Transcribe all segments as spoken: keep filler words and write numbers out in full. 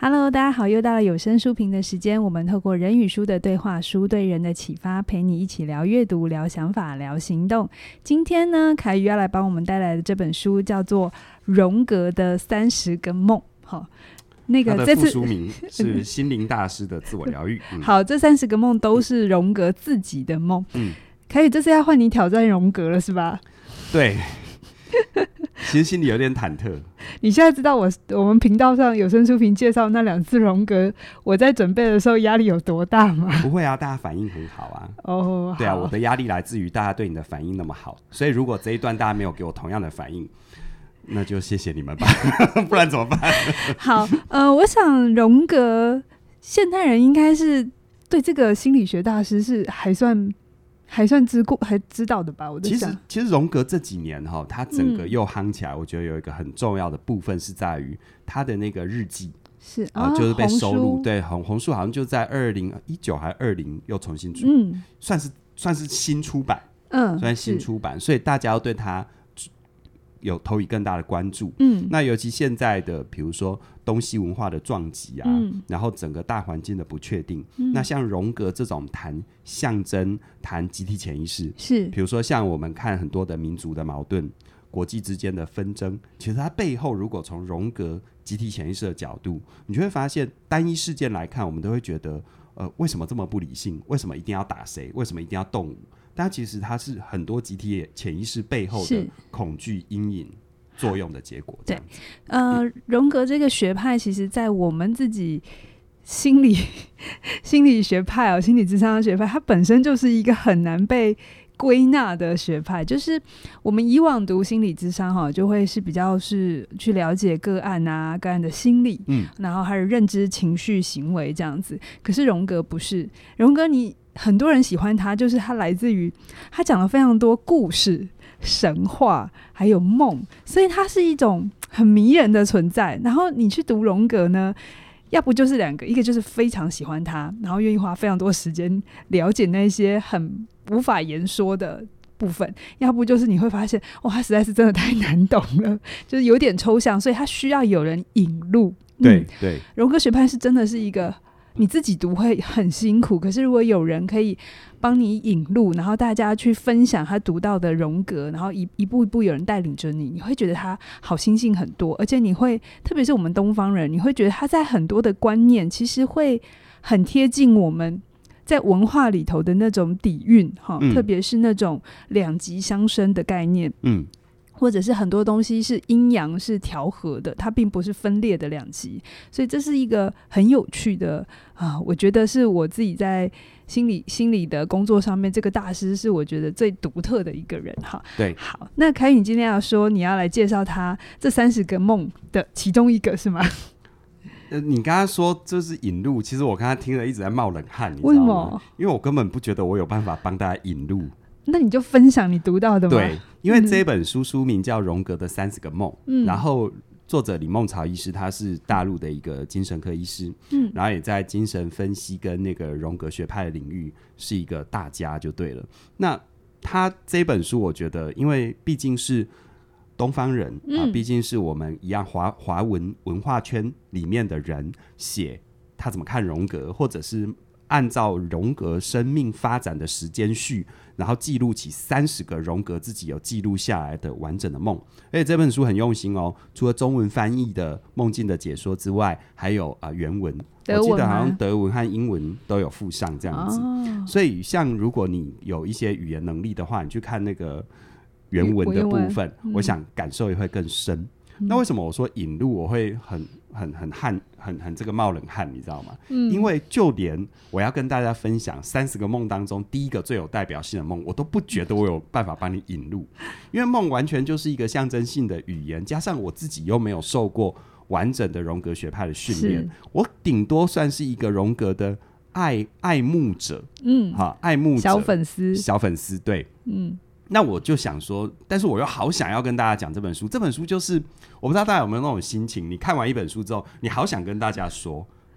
Hello， 大家好，又到了有声书评的时间，我们透过人与书的对话，书对人的启发，陪你一起聊阅读，聊想法，聊行动。今天呢，凯宇要来帮我们带来的这本书叫做《荣格的三十个梦》。好，那个他的副书名是心灵大师的自我疗愈、嗯、 好，这三十个梦都是荣格自己的梦。 嗯， 凯宇，这次要换你挑战荣格了是吧？ 对，其实心里有点忐忑。 你现在知道我我们频道上有声书评介绍那两次荣格，我在准备的时候压力有多大吗？ 不会啊，大家反应很好啊。 哦、oh, ， 对啊，我的压力来自于大家对你的反应那么好，所以如果这一段大家没有给我同样的反应，那就谢谢你们吧，不然怎么办？好， 呃，我想荣格现代人应该是对这个心理学大师是还算还算知过还知道的吧？我其实其实荣格这几年哈，他整个又夯起来、嗯，我觉得有一个很重要的部分是在于他的那个日记。 是啊、呃，就是被收录，对，红红书好像就在二零一九还是二零又重新出， 嗯， 算是算是新出版， 嗯， 算是新出版，所以大家要对他有投以更大的关注， 嗯， 那尤其现在的比如说东西文化的撞击啊、嗯，然后整个大环境的不确定、嗯，那像荣格这种谈象征、谈集体潜意识， 是， 比如说像我们看很多的民族的矛盾、国际之间的纷争，其实它背后如果从荣格集体潜意识的角度，你就会发现单一事件来看，我们都会觉得呃，为什么这么不理性？为什么一定要打谁？为什么一定要动武？但其实它是很多集体潜意识背后的恐惧阴影作用的结果。 对，呃，荣格这个学派，其实在我们自己心理心理学派哦，心理咨商学派，它本身就是一个很难被归纳的学派。就是我们以往读心理咨商哈，就会是比较是去了解个案啊，个案的心理，嗯，然后还有认知、情绪、行为这样子。可是荣格不是，荣格你。很多人喜欢他，就是他来自于他讲了非常多故事、神话还有梦，所以他是一种很迷人的存在。然后你去读荣格呢，要不就是两个，一个就是非常喜欢他，然后愿意花非常多时间了解那些很无法言说的部分，要不就是你会发现哇，他实在是真的太难懂了，就是有点抽象，所以他需要有人引路。 对、嗯、对， 荣格学派是真的是一个你自己读会很辛苦，可是如果有人可以帮你引路，然后大家去分享他读到的荣格，然后 一, 一步一步有人带领着你，你会觉得他好心性很多，而且你会特别是我们东方人，你会觉得他在很多的观念其实会很贴近我们在文化里头的那种底蕴、嗯、特别是那种两极相生的概念，嗯，或者是很多东西是阴阳是调和的，它并不是分裂的两极，所以这是一个很有趣的啊，我觉得是我自己在心理心理的工作上面，这个大师是我觉得最独特的一个人哈。 对， 好，那凯宇，你今天要说你要来介绍他这三十个梦的其中一个是吗？ 呃，你刚刚说就是引路，其实我刚才听了一直在冒冷汗，你知道吗？为什么？因为我根本不觉得我有办法帮大家引路。 那你就分享你读到的吗？ 对，因为这本书书名叫《荣格的三十个梦》，嗯，然后作者李孟潮医师他是大陆的一个精神科医师，嗯，然后也在精神分析跟那个荣格学派的领域是一个大家就对了。那他这本书我觉得，因为毕竟是东方人、嗯、啊，毕竟是我们一样华华文文化圈里面的人写他怎么看荣格，或者是按照荣格生命发展的时间序，然后记录起三十个荣格自己有记录下来的完整的梦。而且这本书很用心哦，除了中文翻译的梦境的解说之外，还有、呃、原文，我记得好像德文和英文都有附上这样子、哦、所以像如果你有一些语言能力的话，你去看那个原文的部分， 我, 我想感受也会更深、嗯、那为什么我说引路我会很很很汗很很这个冒冷汗，你知道吗、嗯、因为就连我要跟大家分享三十个梦当中第一个最有代表性的梦，我都不觉得我有办法帮你引路，因为梦完全就是一个象征性的语言，加上我自己又没有受过完整的荣格学派的训练，我顶多算是一个荣格的爱爱慕者，嗯，好，爱慕者小粉丝小粉丝，对，嗯，那我就想说，但是我又好想要跟大家讲这本书，这本书就是我不知道大家有没有那种心情，你看完一本书之后，你好想跟大家说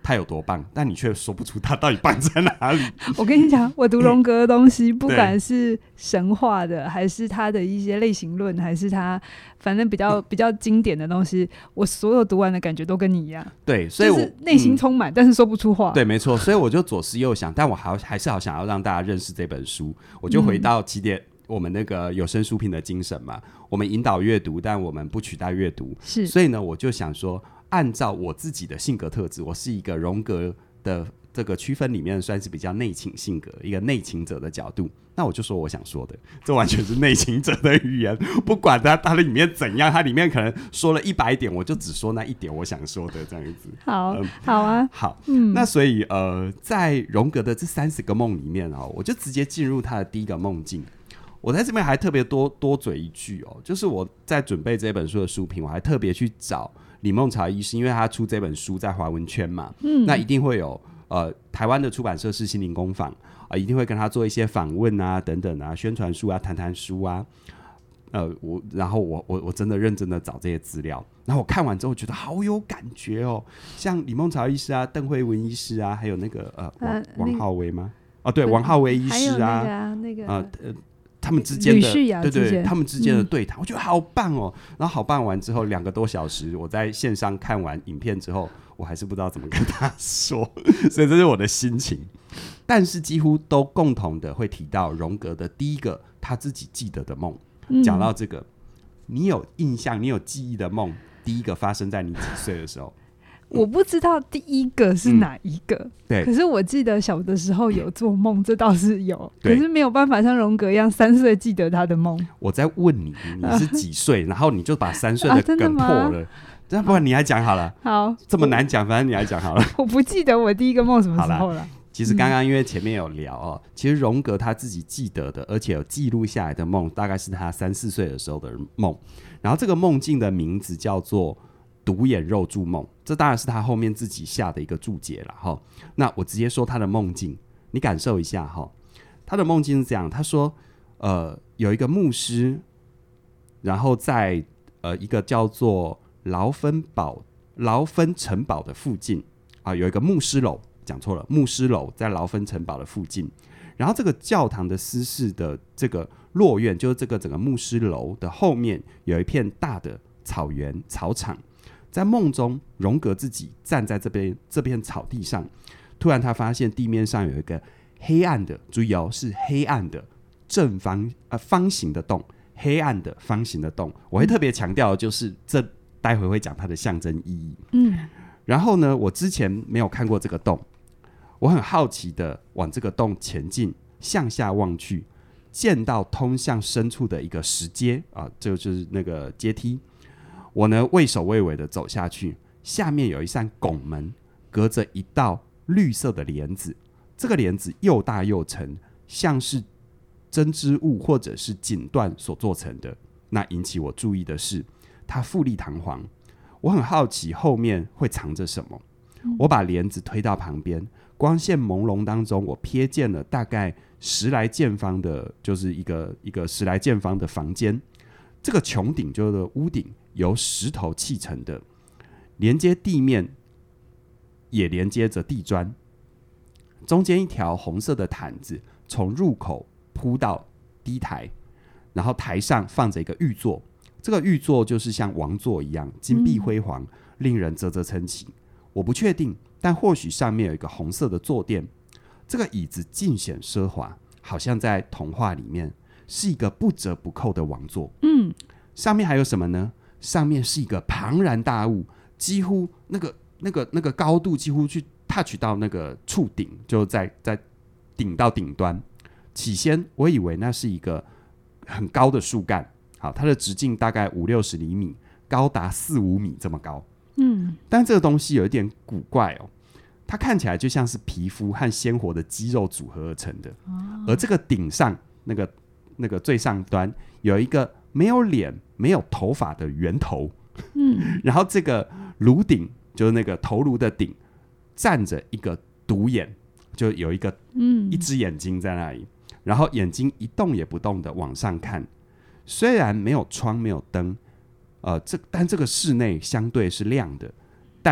他有多棒，但你却说不出他到底棒在哪里。 我跟你讲，我读荣格的东西，不管是神话的，还是他的一些类型论，还是他反正比较比较经典的东西，我所有读完的感觉都跟你一样。 对，所以我就是内心充满、嗯，但是说不出话。 对，没错。所以我就左思右想，但我还还是好想要让大家认识这本书。我就回到起点。嗯，我们那个有声书评的精神嘛，我们引导阅读，但我们不取代阅读。 是， 所以呢，我就想说，按照我自己的性格特质，我是一个荣格的这个区分里面算是比较内倾性格，一个内倾者的角度。那我就说我想说的，这完全是内倾者的语言，不管它它里面怎样，它里面可能说了一百点，我就只说那一点我想说的，这样子。 好，嗯、好啊， 好，嗯，那所以呃，在荣格的这三十个梦里面哦，我就直接进入他的第一个梦境。我在这边还特别多多嘴一句哦，就是我在准备这本书的书评，我还特别去找李孟潮医师，因为他出这本书在华文圈嘛，嗯，那一定会有呃台湾的出版社是心灵工坊啊、呃，一定会跟他做一些访问啊等等啊，宣传书啊、谈谈书啊，呃，我然后我我我真的认真的找这些资料，然后我看完之后觉得好有感觉哦，像李孟潮医师啊、邓惠文医师啊，还有那个呃王、呃、王浩威吗？哦，对，王浩威医师啊， 还有那个啊那个呃呃。他们之间的对对，他们之间的对谈、嗯，我觉得好棒哦。然后好棒完之后，两个多小时，我在线上看完影片之后，我还是不知道怎么跟他说，所以这是我的心情。但是几乎都共同的会提到荣格的第一个他自己记得的梦。讲、嗯、到这个，你有印象、你有记忆的梦，第一个发生在你几岁的时候？ 我不知道第一个是哪一个、嗯、 对， 可是我记得小的时候有做梦，这倒是有，可是没有办法像荣格一样三岁记得他的梦。 我在问你你是几岁、啊、然后你就把三岁的梗破了、啊、那不然你来讲好了。 好， 这么难讲，反正你来讲好了。 我不记得我第一个梦什么时候了。 其实刚刚因为前面有聊哦、嗯，其实荣格他自己记得的而且有记录下来的梦大概是他三四岁的时候的梦，然后这个梦境的名字叫做独眼肉柱梦，这当然是他后面自己下的一个注解了。那我直接说他的梦境，你感受一下。他的梦境是这样，他说呃，有一个牧师，然后在呃一个叫做劳芬堡劳芬城堡的附近啊、呃，有一个牧师楼，讲错了，牧师楼在劳芬城堡的附近，然后这个教堂的司事的这个落院，就是这个整个牧师楼的后面有一片大的草原草场。在梦中，荣格自己站在这边这片草地上，突然他发现地面上有一个黑暗的，注意哦，是黑暗的正方呃方形的洞，黑暗的方形的洞。我会特别强调的就是这待会会讲它的象征意义。嗯，然后呢，我之前没有看过这个洞，我很好奇的往这个洞前进，向下望去，见到通向深处的一个石阶啊，这就是那个阶梯。我呢畏首畏尾的走下去，下面有一扇拱门，隔着一道绿色的帘子，这个帘子又大又沉，像是针织物或者是锦缎所做成的。那引起我注意的是它富丽堂皇，我很好奇后面会藏着什么。我把帘子推到旁边，光线朦胧当中，我瞥见了大概十来见方的，就是一个一个十来见方的房间。这个穹顶就是屋顶，由石头砌成的，连接地面，也连接着地砖。中间一条红色的毯子从入口铺到低台，然后台上放着一个玉座，这个玉座就是像王座一样，金碧辉煌，嗯、令人啧啧称奇。我不确定，但或许上面有一个红色的坐垫。这个椅子尽显奢华，好像在童话里面。是一个不折不扣的王座。嗯，上面还有什么呢？上面是一个庞然大物，几乎那个那个那个高度几乎去 touch 到那个触顶，就在在顶到顶端。起先我以为那是一个很高的树干，好，它的直径大概五六十厘米，高达四五米这么高。嗯，但这个东西有一点古怪哦，它看起来就像是皮肤和鲜活的肌肉组合而成的。哦，而这个顶上那个那个最上端有一个没有脸没有头发的圆头。嗯，然后这个炉顶就是那个头颅的顶站着一个独眼，就有一个、嗯、一只眼睛在那里，然后眼睛一动也不动的往上看。虽然没有窗没有灯，呃，这但这个室内相对是亮的，但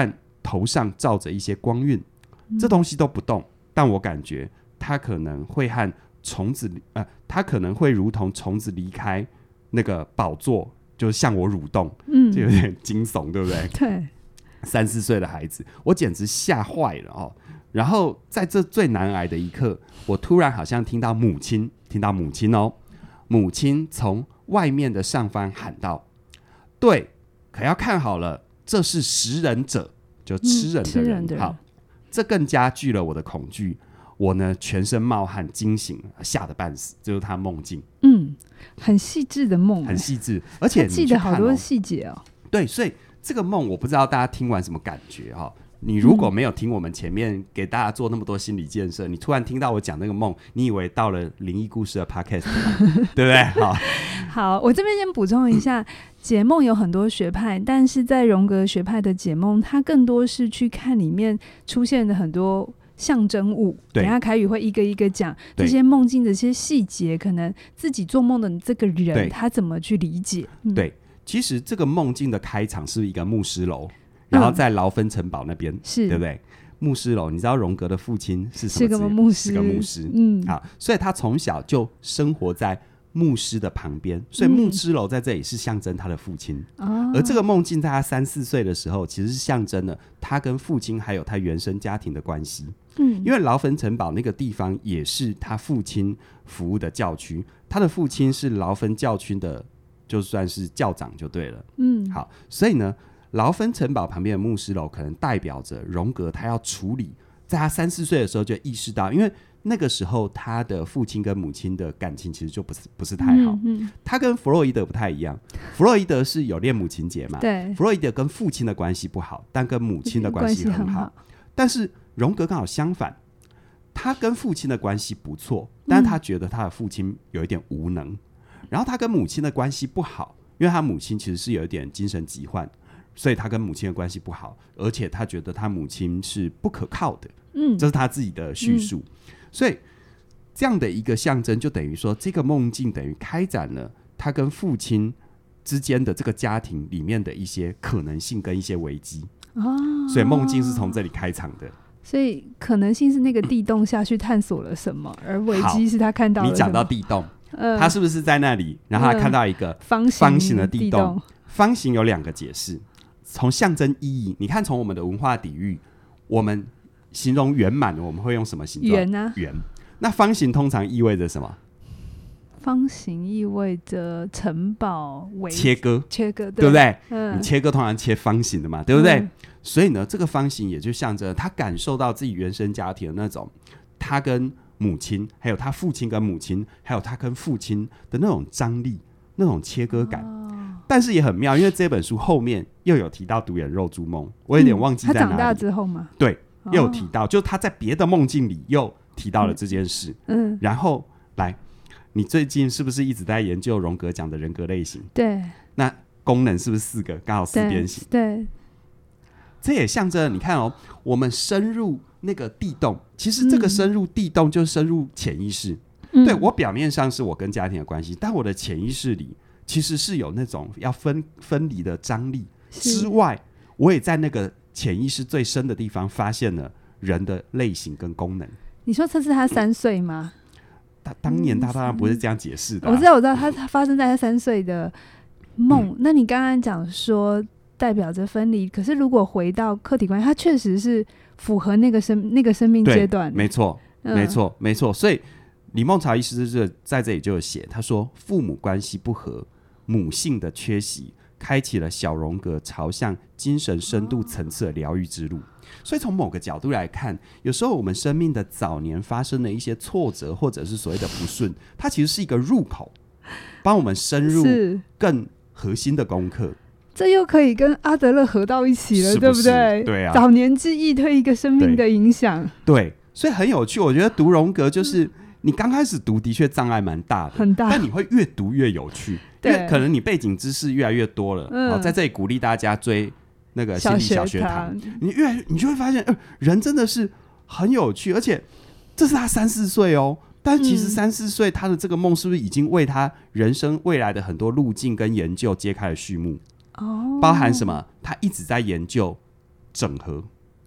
头上罩着一些光晕、嗯、这东西都不动，但我感觉它可能会和虫子呃，它可能会如同虫子离开那个宝座，就向我蠕动，嗯，这有点惊悚，对不对？ 对， 三四岁的孩子，我简直吓坏了哦。然后在这最难挨的一刻，我突然好像听到母亲，听到母亲哦，母亲从外面的上方喊道：“对，可要看好了，这是食人者，就吃人的人。嗯”的人好，这更加剧了我的恐惧。我呢，全身冒汗，惊醒，吓得半死。这就是他梦境， 嗯，很细致的梦， 很细致，而且你、哦、 记得好多细节哦。 对，所以这个梦我不知道大家听完什么感觉哈、哦。你如果没有听我们前面给大家做那么多心理建设、嗯、你突然听到我讲那个梦，你以为到了灵异故事的 podcast 对不对？好， 好，我这边先补充一下，解梦有很多学派，但是在荣格学派的解梦，它更多是去看里面出现的很多象征物，等一下凯宇会一个一个讲这些梦境的一些细节，可能自己做梦的这个人他怎么去理解、嗯、对， 其实这个梦境的开场是一个牧师楼，然后在劳芬城堡那边、嗯、对不对？牧师楼，你知道荣格的父亲是什么？ 是个牧师， 是个牧师，嗯，好，所以他从小就生活在牧师的旁边，所以牧师楼在这里是象征他的父亲、嗯、而这个梦境在他三四岁的时候其实是象征了他跟父亲还有他原生家庭的关系、嗯、因为劳芬城堡那个地方也是他父亲服务的教区，他的父亲是劳芬教区的就算是教长就对了，嗯，好，所以呢劳芬城堡旁边的牧师楼可能代表着荣格他要处理，在他三四岁的时候就意识到，因为那个时候他的父亲跟母亲的感情其实就不是不是太好、嗯嗯、他跟弗洛伊德不太一样，弗洛伊德是有恋母情节嘛，对，弗洛伊德跟父亲的关系不好，但跟母亲的关系很 好, 很好但是荣格刚好相反，他跟父亲的关系不错，但是他觉得他的父亲有一点无能、嗯、然后他跟母亲的关系不好，因为他母亲其实是有一点精神疾患，所以他跟母亲的关系不好，而且他觉得他母亲是不可靠的，嗯，这是他自己的叙述、嗯，所以这样的一个象征就等于说这个梦境等于开展了他跟父亲之间的这个家庭里面的一些可能性跟一些危机、哦、所以梦境是从这里开场的， 所以可能性是那个地洞下去探索了什么、嗯、而危机是他看到了什么。你讲到地洞、呃、他是不是在那里然后他看到一个方形的地洞、呃、方形有两个解释，从象征意义，你看从我们的文化底蕴，我们形容圆满我们会用什么形状？ 圆啊， 圆。那方形通常意味着什么？ 方形意味着城堡为切割， 切割 对, 对不对、嗯、你切割通常切方形的嘛，对不对、嗯、所以呢这个方形也就象征他感受到自己原生家庭的那种，他跟母亲还有他父亲跟母亲还有他跟父亲的那种张力，那种切割感、哦、但是也很妙，因为这本书后面又有提到独眼肉珠梦，我有点忘记在哪里、嗯、他长大之后吗？ 对，又有提到、哦、就他在别的梦境里又提到了这件事， 嗯, 嗯然后来，你最近是不是一直在研究荣格讲的人格类型？ 对， 那功能是不是四个，刚好四边形？ 对, 对， 这也象征你看哦，我们深入那个地洞，其实这个深入地洞就是深入潜意识、嗯、对，我表面上是我跟家庭的关系，但我的潜意识里其实是有那种要 分, 分离的张力之外，我也在那个潜意识最深的地方发现了人的类型跟功能。 你说这是他三岁吗？ 他当年他当然不是这样解释的、啊嗯、 我知道我知道他发生在他三岁的梦、嗯、那你刚刚讲说代表着分离，可是如果回到客体关系，他确实是符合那个生那个生命阶段， 没错、嗯、没错没错。所以李梦潮医师在这里就有写，他说父母关系不和，母性的缺席开启了小荣格朝向精神深度层次的疗愈之路、哦、所以从某个角度来看，有时候我们生命的早年发生的一些挫折或者是所谓的不顺，它其实是一个入口，帮我们深入更核心的功课。 这又可以跟阿德勒合到一起了，是不是？对不对？ 对啊， 早年记忆对一个生命的影响， 对, 对，所以很有趣。我觉得读荣格就是、嗯、你刚开始读的确障碍蛮大的， 很大， 但你会越读越有趣，因为可能你背景知识越来越多了、嗯、在这里鼓励大家追那个心理小学堂，你越你就会发现、呃、人真的是很有趣，而且这是他三四岁哦，但其实三四岁他的这个梦是不是已经为他人生未来的很多路径跟研究揭开了序幕、哦、包含什么？他一直在研究整合，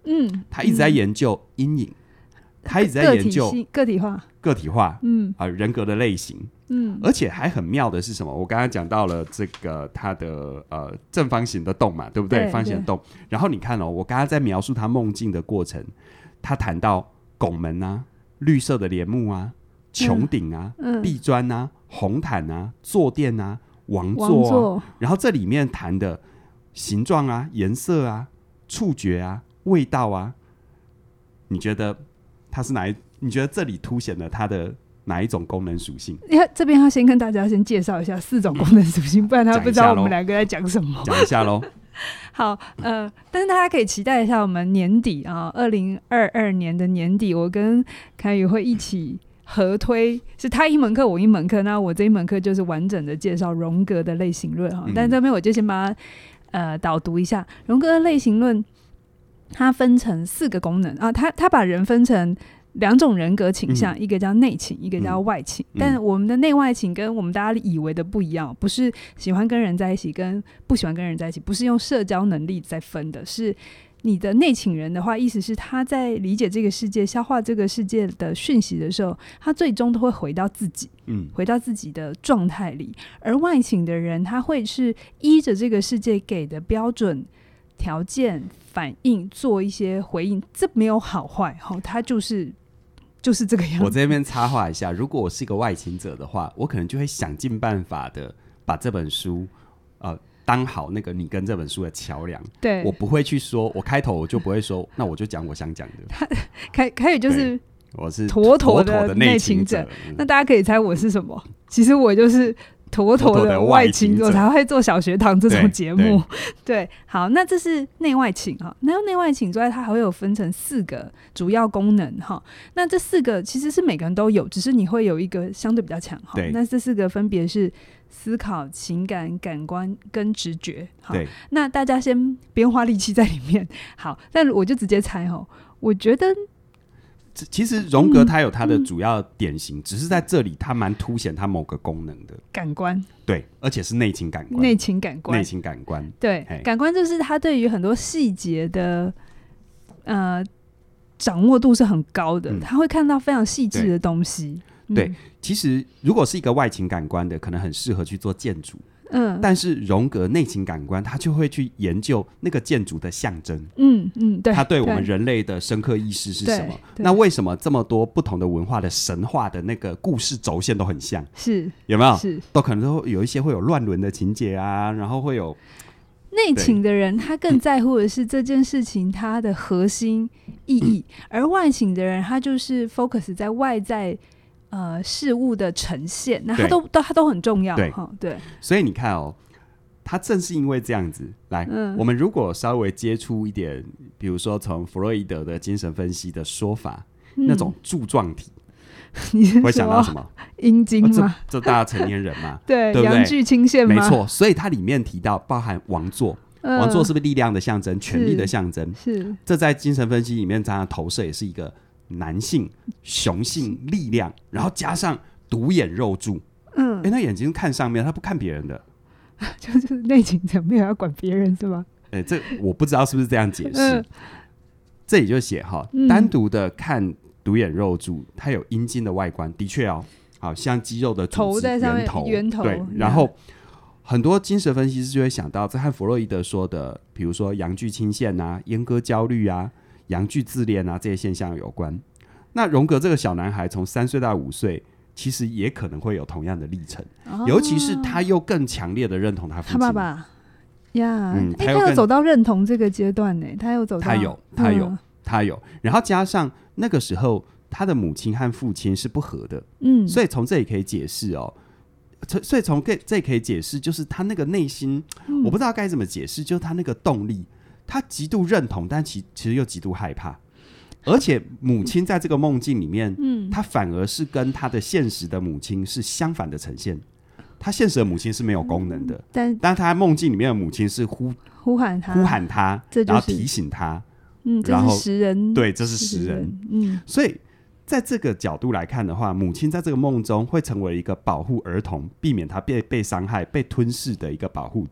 嗯，他一直在研究阴影，他一直在研究个体化个体化，嗯啊、呃，人格的类型，嗯，而且还很妙的是什么？我刚刚讲到了这个他的呃正方形的洞嘛，对不对？对方形的洞。然后你看哦，我刚刚在描述他梦境的过程，他谈到拱门啊、绿色的帘幕啊、穹顶啊、嗯、地砖啊、红毯啊、坐垫啊、王座啊，王座然后这里面谈的形状啊、颜色啊、触觉啊、味道啊，你觉得它是哪一？你觉得这里凸显了它的哪一种功能属性？ 这边要先跟大家先介绍一下四种功能属性，不然他不知道我们两个在讲什么。 讲一下喽。 好，呃，但是大家可以期待一下，我们年底啊，二零二二年的年底，我跟凯宇会一起合推，是他一门课，我一门课，那我这一门课就是完整的介绍荣格的类型论哈。嗯、但这边我就先把它呃导读一下，荣格的类型论，它分成四个功能啊，它它把人分成两种人格倾向、嗯、一个叫内倾，一个叫外倾、嗯、但我们的内外倾跟我们大家以为的不一样，不是喜欢跟人在一起跟不喜欢跟人在一起，不是用社交能力在分的，是你的内倾人的话，意思是他在理解这个世界消化这个世界的讯息的时候，他最终都会回到自己、嗯、回到自己的状态里，而外倾的人他会是依着这个世界给的标准条件反应做一些回应，这没有好坏，他就是就是这个样子。 我这边插话一下，如果我是一个外倾者的话，我可能就会想尽办法的把这本书呃当好那个你跟这本书的桥梁。 对， 我不会去说，我开头我就不会说那我就讲我想讲的。 开开始就是我是妥妥的内倾者，那大家可以猜我是什么？其实我就是妥妥的外倾，我才会做小学堂这种节目。 对, 对，好，那这是内外倾。那内外倾之外，它还会有分成四个主要功能。那这四个其实是每个人都有，只是你会有一个相对比较强。那这四个分别是思考、情感、感官跟直觉。好，那大家先不用花力气在里面。好，但我就直接猜。我觉得其实荣格他有他的主要典型、嗯嗯、只是在这里他蛮凸显他某个功能的感官。 对，而且是内倾感官。 内倾感官， 内倾感官。 对，感官就是他对于很多细节的呃掌握度是很高的、嗯、他会看到非常细致的东西。 对、嗯、对，其实如果是一个外倾感官的，可能很适合去做建筑。嗯，但是荣格内倾感官他就会去研究那个建筑的象征。嗯嗯，对，他对我们人类的深刻意识是什么？那为什么这么多不同的文化的神话的那个故事轴线都很像？ 是， 有没有？ 是， 都可能都有一些会有乱伦的情节啊，然后会有内倾的人他更在乎的是这件事情它的核心意义、嗯、而外倾的人他就是 focus 在外在呃，事物的呈现，那它都都它都很重要。对，对， 所以你看哦，它正是因为这样子，来、嗯，我们如果稍微接触一点，比如说从弗洛伊德的精神分析的说法，嗯、那种柱状体，你会想到什么？ 阴茎吗？ 这, 这大家成年人嘛， 对， 对不对？ 阳具倾线吗？ 没错，所以它里面提到包含王座。嗯、王座是不是力量的象征？权力的象征？是，这在精神分析里面常常投射也是一个男性雄性力量，然后加上独眼肉柱。嗯，哎，那眼睛看上面，他不看别人的， 就是内倾者没有要管别人是吗？ 哎，这我不知道是不是这样解释。嗯、这里就写哈，单独的看独眼肉柱，它有阴茎的外观，的确哦，好像肌肉的组织头在上面， 圆头， 圆头对，然后。很多精神分析师就会想到，这和弗洛伊德说的，比如说阳具倾线啊、阉割焦虑啊、阳具自恋啊这些现象有关。那荣格这个小男孩从三岁到五岁，其实也可能会有同样的历程，哦、尤其是他又更强烈的认同他父亲。 他爸爸呀，嗯，他, 他有走到认同这个阶段呢，他有走到， 他有，他有，嗯、他有，然后加上那个时候他的母亲和父亲是不合的，嗯，所以从这里可以解释哦。所以从这可以解释，就是他那个内心、嗯，我不知道该怎么解释，就是他那个动力，他极度认同，但其其实又极度害怕。而且母亲在这个梦境里面，嗯，他反而是跟他的现实的母亲是相反的呈现。他现实的母亲是没有功能的，嗯、但但他梦境里面的母亲是呼呼喊他， 呼喊他， 这就是、 然后提醒他， 嗯，这是食人， 对，这是食人，嗯，所以。在这个角度来看的话，母亲在这个梦中会成为一个保护儿童，避免他被被伤害、被吞噬的一个保护者。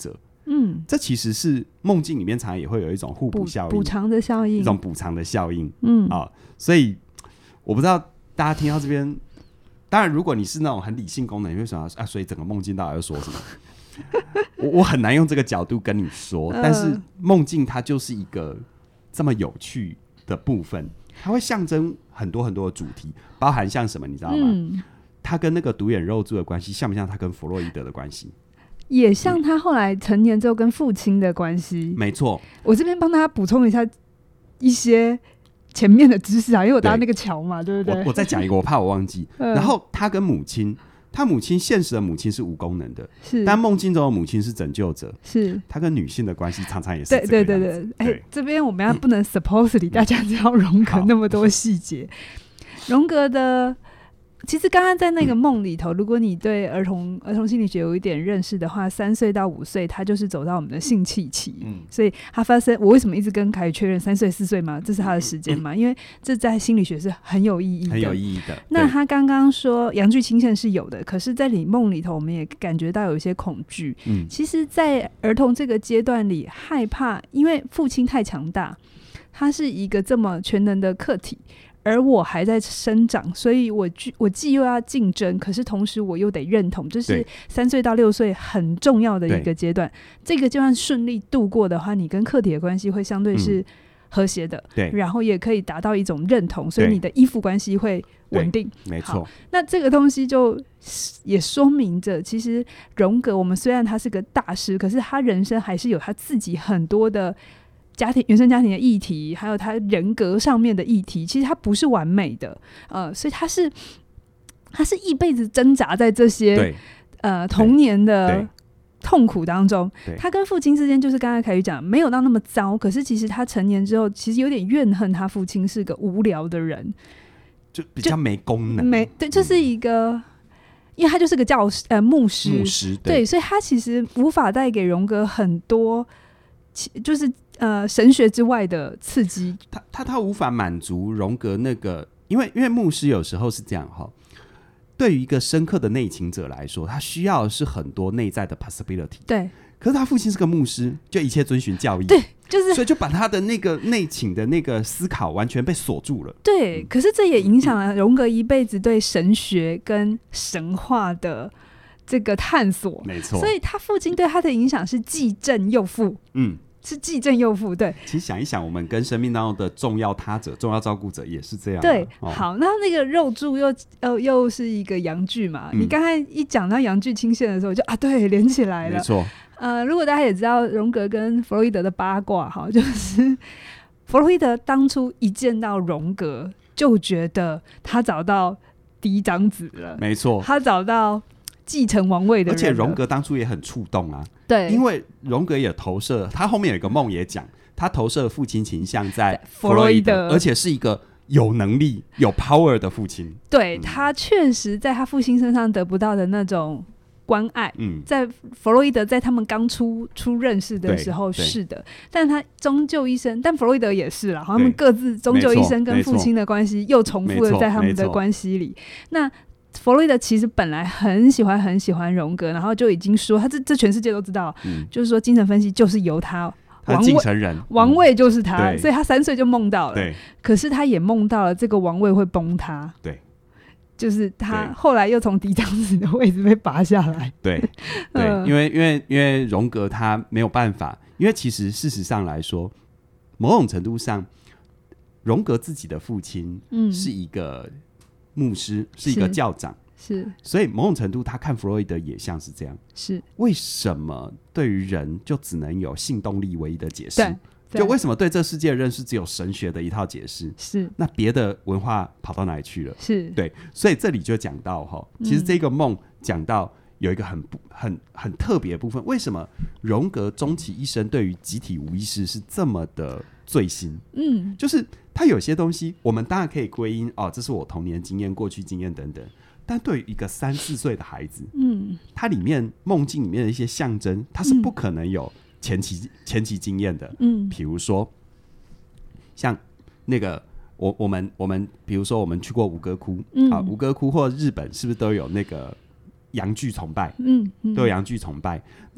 嗯，这其实是梦境里面常常也会有一种互补效应， 补偿的效应， 一种补偿的效应。 嗯啊、哦，所以我不知道大家听到这边，当然如果你是那种很理性功能，你会想啊，所以整个梦境到底要说什么？我我很难用这个角度跟你说，呃、但是梦境它就是一个这么有趣的部分，它会象征很多很多的主题，包含像什么，你知道吗？嗯，它跟那个独眼肉柱的关系，像不像它跟弗洛伊德的关系？ 也像他后来成年之后跟父亲的关系。 没错， 我这边帮大家补充一下一些前面的知识啊，因为我搭那个桥嘛， 对, 对不对？ 我, 我再讲一个，我怕我忘记。嗯、然后他跟母亲。他母亲现实的母亲是无功能的，是，但梦境中的母亲是拯救者，是。他跟女性的关系常常也是这个样子。对对对对，哎、 欸，这边我们要不能 supposedly、嗯、大家知道荣格那么多细节。荣格的，其实刚刚在那个梦里头，如果你对儿童儿童心理学有一点认识的话，三岁到五岁，他就是走到我们的性器期，嗯，所以他发生。我为什么一直跟凯宇确认三岁四岁嘛？这是他的时间嘛？嗯、因为这在心理学是很有意义的， 很有意义的。 那他刚刚说阳具倾向是有的，可是在你梦里头，我们也感觉到有一些恐惧。嗯，其实，在儿童这个阶段里，害怕，因为父亲太强大，他是一个这么全能的客体。而我还在生长，所以我我既又要竞争，可是同时我又得认同，这是三岁到六岁很重要的一个阶段。这个就算顺利度过的话，你跟客体的关系会相对是和谐的，对、嗯，然后也可以达到一种认同，所以你的依附关系会稳定。 没错， 那这个东西就也说明着，其实荣格，我们虽然他是个大师，可是他人生还是有他自己很多的。家庭原生家庭的议题，还有他人格上面的议题，其实他不是完美的，呃，所以他是他是一辈子挣扎在这些呃童年的痛苦当中。他跟父亲之间，就是刚才凯宇讲，没有到那么糟，可是其实他成年之后，其实有点怨恨他父亲是个无聊的人， 就比较没功能， 没对，就是一个。嗯，因为他就是个教师呃牧师， 牧师 对, 对，所以他其实无法带给荣格很多，就是呃神学之外的刺激。 他他他无法满足荣格那个，因为因为牧师有时候是这样哈，对于一个深刻的内情者来说，他需要的是很多内在的 possibility。 对， 可是他父亲是个牧师，就一切遵循教义。 对。就是， 所以就把他的那个内倾的那个思考完全被锁住了。 对，可是这也影响了荣格一辈子对神学跟神话的这个探索。 没错， 所以他父亲对他的影响是既正又负。嗯，是既正又负。对， 其实想一想，我们跟生命当中的重要他者、重要照顾者也是这样。 对， 哦、 好，那那个肉柱又呃又是一个阳具嘛？嗯、你刚才一讲到阳具倾向的时候，就啊，对，连起来了。 没错。 呃，如果大家也知道荣格跟弗洛伊德的八卦哈，就是弗洛伊德当初一见到荣格就觉得他找到嫡长子了， 没错， 他找到继承王位的人了。 而且荣格当初也很触动啊， 对， 因为荣格也投射，他后面有一个梦也讲，他投射父亲倾向在弗洛伊德，而且是一个有能力、有 power 的父亲。 对、嗯、他确实在他父亲身上得不到的那种。关爱、嗯、在弗洛伊德在他们刚出初认识的时候是的，但他终究一生，但弗洛伊德也是啦，他们各自终究一生跟父亲的关系又重复了在他们的关系里。那弗洛伊德其实本来很喜欢很喜欢荣格，然后就已经说他这这全世界都知道、嗯、就是说精神分析就是由他王位，人王位就是他、嗯、所以他三岁就梦到了，可是他也梦到了这个王位会崩塌。 对， 就是他后来又从嫡长子的位置被拔下来。 对对、呃，因为因为因为荣格他没有办法，因为其实事实上来说，某种程度上，荣格自己的父亲是一个牧师，嗯、是一个教长， 是， 所以某种程度他看弗洛伊德也像是这样。 是，为什么对于人就只能有性动力唯一的解释？就为什么对这世界的认识只有神学的一套解释？ 是， 那别的文化跑到哪里去了？ 是， 对，所以这里就讲到哈，其实这个梦讲到有一个很很很特别的部分，为什么荣格终其一生对于集体无意识是这么的醉心？嗯，就是他有些东西我们当然可以归因哦，这是我童年经验、过去经验等等，但对于一个三四岁的孩子，嗯，他里面梦境里面的一些象征，他是不可能有前期前期经验的，嗯，比如说像那个我我们我们比如说我们去过吴哥窟，嗯，啊，吴哥窟或日本是不是都有那个阳具崇拜？嗯，嗯都有阳具崇拜。那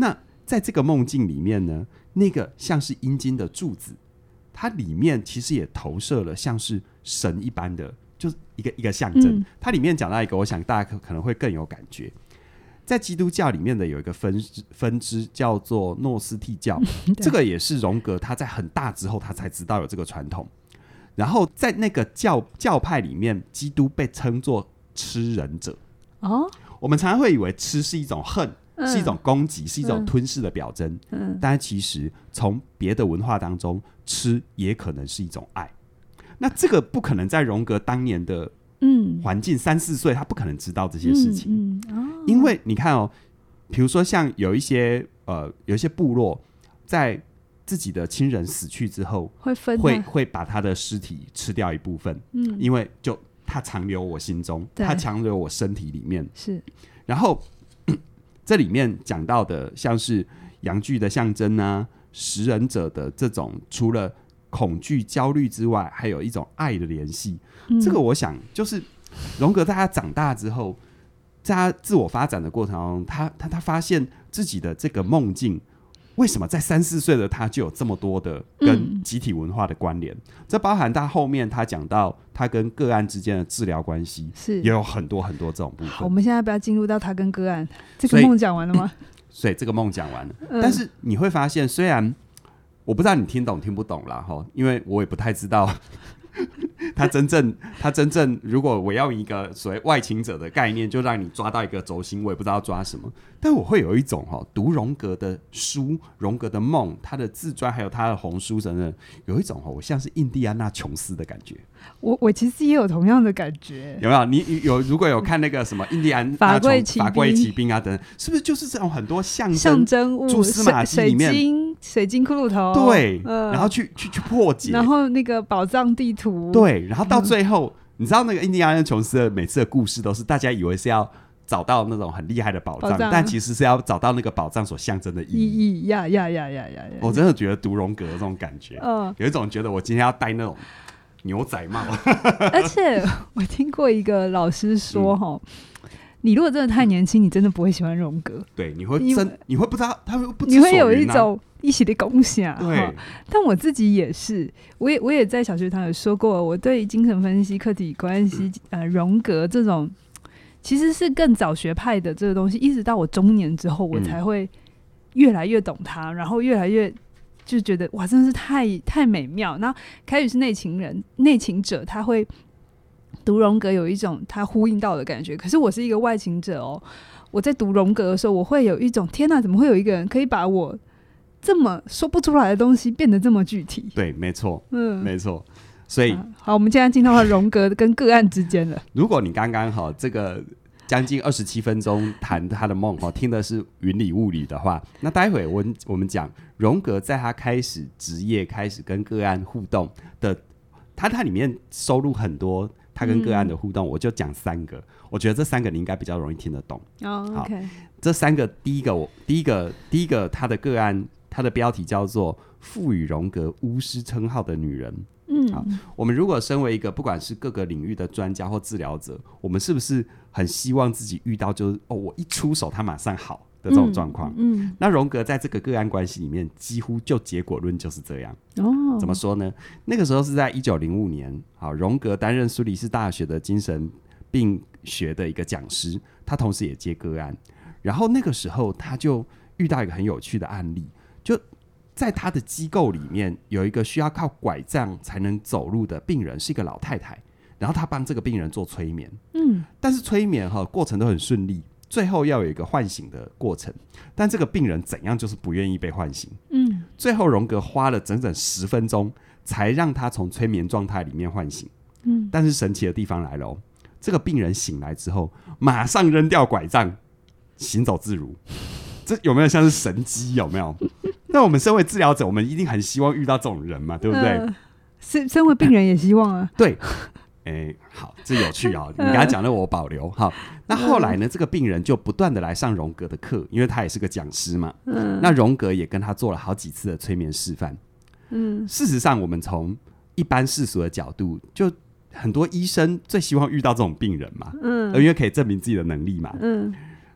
在这个梦境里面呢，那个像是阴茎的柱子，它里面其实也投射了像是神一般的，就是一个一个象征、嗯、它里面讲到一个我想大家可能会更有感觉，在基督教里面的有一个 分, 分支叫做诺斯替教、嗯、这个也是荣格他在很大之后他才知道有这个传统，然后在那个 教, 教派里面，基督被称作吃人者、哦、我们常常会以为吃是一种恨、嗯、是一种攻击，是一种吞噬的表征、嗯、但其实从别的文化当中，吃也可能是一种爱。那这个不可能在荣格当年的环境，三四岁他不可能知道这些事情、嗯嗯哦、因为你看哦，比如说像有一些呃有一些部落在自己的亲人死去之后会分会会把他的尸体吃掉一部分、嗯、因为就他长留我心中，他长留我身体里面， 是。 然后这里面讲到的像是阳具的象征啊，食人者的这种除了恐惧焦虑之外还有一种爱的联系、嗯、这个我想就是荣格在他长大之后，在他自我发展的过程中， 他, 他, 他发现自己的这个梦境为什么在三四岁的他就有这么多的跟集体文化的关联、嗯、这包含他后面他讲到他跟个案之间的治疗关系，是也有很多很多这种部分。 好，我们现在不要进入到他跟个案，这个梦讲完了吗？ 所以这个梦讲完了、嗯、但是你会发现，虽然我不知道你听懂听不懂啦，因为我也不太知道他真正他真正如果我要一个所谓外倾者的概念，就让你抓到一个轴心，我也不知道抓什么。但我会有一种、哦、读荣格的书，荣格的梦，他的自传还有他的红书等等，有一种、哦、我像是印第安纳琼斯的感觉。 我我其实也有同样的感觉， 有没有？你有如果有看那个什么印第安法柜骑兵法柜骑兵啊等等，是不是就是这种很多象征象征物， 蛛丝马迹里面水晶水晶骷髅头， 对、呃、然后去去去破解， 然后那个宝藏地图， 对，然后到最后、嗯、你知道那个印第安纳琼斯的每次的故事都是大家以为是要找到那种很厉害的宝 藏, 宝藏但其实是要找到那个宝藏所象征的意义。 意义呀呀呀呀呀！ 我真的觉得读荣格的这种感觉、嗯、有一种觉得我今天要戴那种牛仔帽而且我听过一个老师说、嗯、你如果真的太年轻，你真的不会喜欢荣格。 对，你会真你会不知道，他会不知所云、啊、你会有一种一起的共享。 对， 但我自己也是，我也我也在小学堂有说过，我对精神分析、客体关系、呃荣格这种其实是更早学派的这个东西，一直到我中年之后，我才会越来越懂它，然后越来越就觉得哇，真的是太太美妙。然后凯宇是内情人、内情者，他会读荣格有一种他呼应到的感觉。可是我是一个外情者哦，我在读荣格的时候，我会有一种天哪，怎么会有一个人可以把我这么说不出来的东西变得这么具体？对， 没错，嗯，没错。所以、啊、 好，我们现在进到了荣格跟个案之间了。 如果你刚刚好这个将近二十七分钟谈他的梦、哦、听的是云里雾里的话，那待会我我们讲荣格在他开始职业开始跟个案互动的，他他里面收录很多他跟个案的互动、嗯、我就讲三个，我觉得这三个你应该比较容易听得懂、 哦、好 okay. 这三个第一个我第一个第一个他的个案，他的标题叫做赋予荣格巫师称号的女人。嗯，好，我们如果身为一个不管是各个领域的专家或治疗者，我们是不是很希望自己遇到就是哦，我一出手他马上好的这种状况？嗯，嗯，那荣格在这个个案关系里面，几乎就结果论就是这样。哦，怎么说呢？那个时候是在一九零五年，好，荣格担任苏黎世大学的精神病学的一个讲师，他同时也接个案。然后那个时候他就遇到一个很有趣的案例，就在他的机构里面有一个需要靠拐杖才能走路的病人，是一个老太太，然后他帮这个病人做催眠，嗯，但是催眠过程都很顺利，最后要有一个唤醒的过程，但这个病人怎样就是不愿意被唤醒，嗯，最后荣格花了整整十分钟才让他从催眠状态里面唤醒，嗯，但是神奇的地方来了、哦、这个病人醒来之后马上扔掉拐杖，行走自如，这有没有像是神迹？有没有？那我们身为治疗者，我们一定很希望遇到这种人嘛，对不对？呃、 身身为病人也希望啊。 对，哎，好，这有趣啊、哦！你刚才讲的我保留。好，那后来呢？这个病人就不断的来上荣格的课，因为他也是个讲师嘛。嗯。那荣格也跟他做了好几次的催眠示范。嗯。事实上，我们从一般世俗的角度，就很多医生最希望遇到这种病人嘛。嗯。因为可以证明自己的能力嘛。嗯。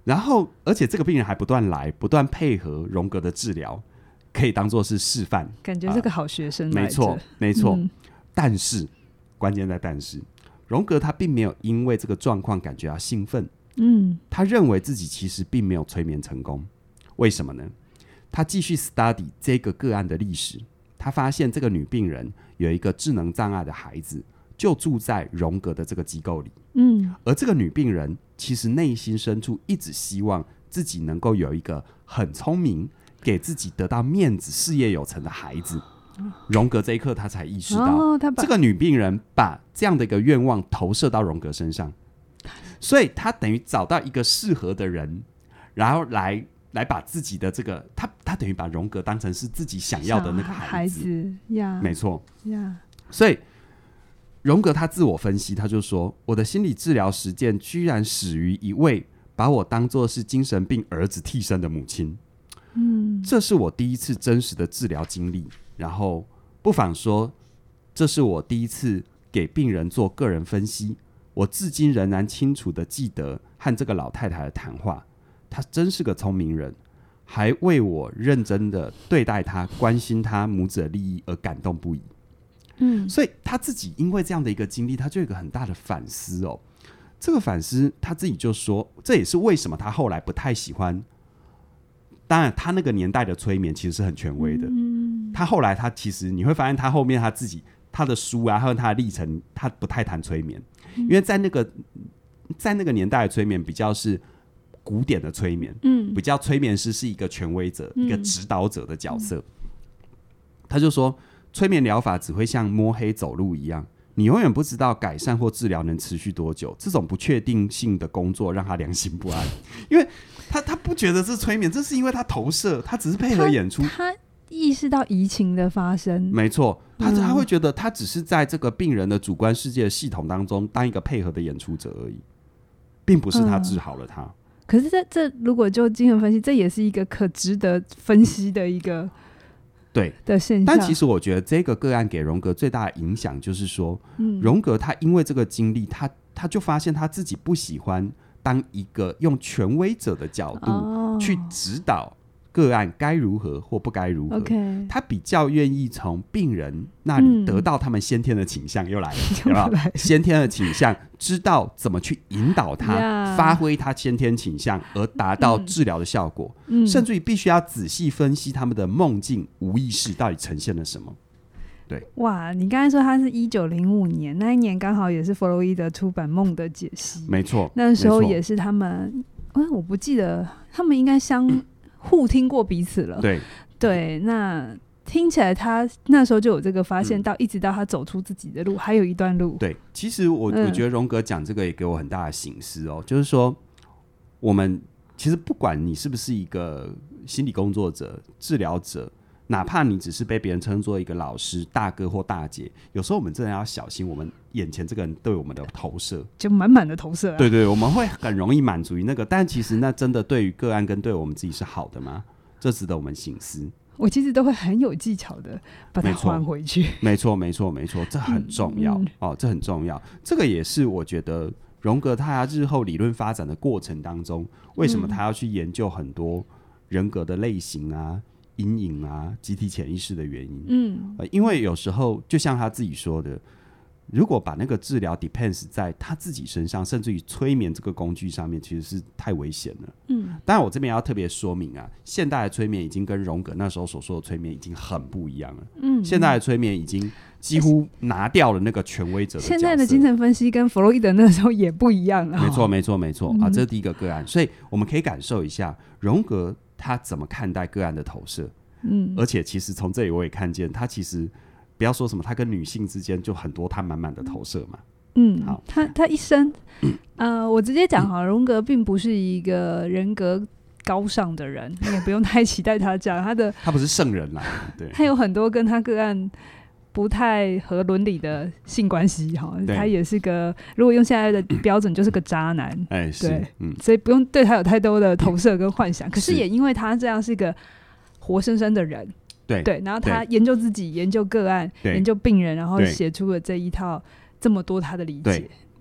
然后而且这个病人还不断来不断配合荣格的治疗，可以当作是示范， 感觉是个好学生来着、 呃、没错没错、嗯、但是关键在但是荣格他并没有因为这个状况感觉到兴奋，嗯，他认为自己其实并没有催眠成功。为什么呢？他继续 study 这个个案的历史，他发现这个女病人有一个智能障碍的孩子就住在荣格的这个机构里，嗯，而这个女病人其实内心深处一直希望自己能够有一个很聪明给自己得到面子事业有成的孩子。荣格这一刻他才意识到、哦、这个女病人把这样的一个愿望投射到荣格身上，所以他等于找到一个适合的人，然后来来把自己的这个他他等于把荣格当成是自己想要的那个孩子， 孩子呀， 没错呀。 所以荣格他自我分析，他就说我的心理治疗实践居然始于一位把我当作是精神病儿子替身的母亲，嗯，这是我第一次真实的治疗经历。然后不妨说这是我第一次给病人做个人分析，我至今仍然清楚地记得和这个老太太的谈话，她真是个聪明人，还为我认真地对待她关心她母子的利益而感动不已。嗯，所以他自己因为这样的一个经历，他就有一个很大的反思哦。这个反思他自己就说，这也是为什么他后来不太喜欢，当然他那个年代的催眠其实是很权威的、嗯、他后来他其实你会发现他后面他自己他的书啊还有他的历程他不太谈催眠、嗯、因为在那个在那个年代的催眠比较是古典的催眠、嗯、比较催眠师是一个权威者、嗯、一个指导者的角色、嗯、他就说催眠疗法只会像摸黑走路一样，你永远不知道改善或治疗能持续多久，这种不确定性的工作让他良心不安，因为他他不觉得是催眠，这是因为他投射，他只是配合演出， 他, 他意识到移情的发生， 没错，他他会觉得他只是在这个病人的主观世界的系统当中当一个配合的演出者而已，并不是他治好了他、嗯、 可是 这, 这如果就精神分析，这也是一个可值得分析的一个对的现象。 但其实我觉得这个个案给荣格最大的影响就是说、嗯、荣格他因为这个经历，他他就发现他自己不喜欢当一个用权威者的角度去指导个案该如何或不该如何、okay. 他比较愿意从病人那里得到他们先天的倾向、嗯、又来了有没有先天的倾向，知道怎么去引导他、yeah. 发挥他先天倾向而达到治疗的效果、嗯、甚至于必须要仔细分析他们的梦境无意识到底呈现了什么。对， 哇，你刚才说他是一九零五年，那一年刚好也是弗洛伊德出版《梦的解析》， 没错， 那时候也是他们、嗯、我不记得他们应该相、嗯互听过彼此了， 对对，那听起来他那时候就有这个发现，到、嗯、一直到他走出自己的路还有一段路。 对，其实我、嗯、我觉得荣格讲这个也给我很大的省思哦，就是说我们其实不管你是不是一个心理工作者、治疗者，哪怕你只是被别人称作一个老师、大哥或大姐，有时候我们真的要小心我们眼前这个人对我们的投射， 就满满的投射、啊、 对对，我们会很容易满足于那个，但其实那真的对于个案跟对我们自己是好的吗？这值得我们省思。 我其实都会很有技巧的把它还回去， 没错没错没错，这很重要、嗯嗯、哦，这很重要。这个也是我觉得荣格他日后理论发展的过程当中，为什么他要去研究很多人格的类型啊、阴影啊、集体潜意识的原因。嗯、呃，因为有时候就像他自己说的，如果把那个治疗 depends 在他自己身上，甚至于催眠这个工具上面，其实是太危险了。嗯，当然我这边要特别说明啊，现代的催眠已经跟荣格那时候所说的催眠已经很不一样了。嗯，现代的催眠已经几乎拿掉了那个权威者的角色。 现在的精神分析跟弗洛伊德那时候也不一样了。 没错没错没错、嗯、啊，这是第一个个案，所以我们可以感受一下荣格他怎么看待个案的投射。嗯，而且其实从这里我也看见他其实不要说什么他跟女性之间就很多他满满的投射嘛。 嗯，好，他他一生、嗯、呃，我直接讲好了、嗯、荣格并不是一个人格高尚的人，你也不用太期待他这样，他的他不是圣人啦，对， 他有很多跟他个案不太合伦理的性关系，他也是个，如果用现在的标准就是个渣男。哎，对，嗯，所以不用对他有太多的投射跟幻想、嗯、可是也因为他这样是个活生生的人，对对，然后他研究自己，研究个案，研究病人，然后写出了这一套这么多他的理解。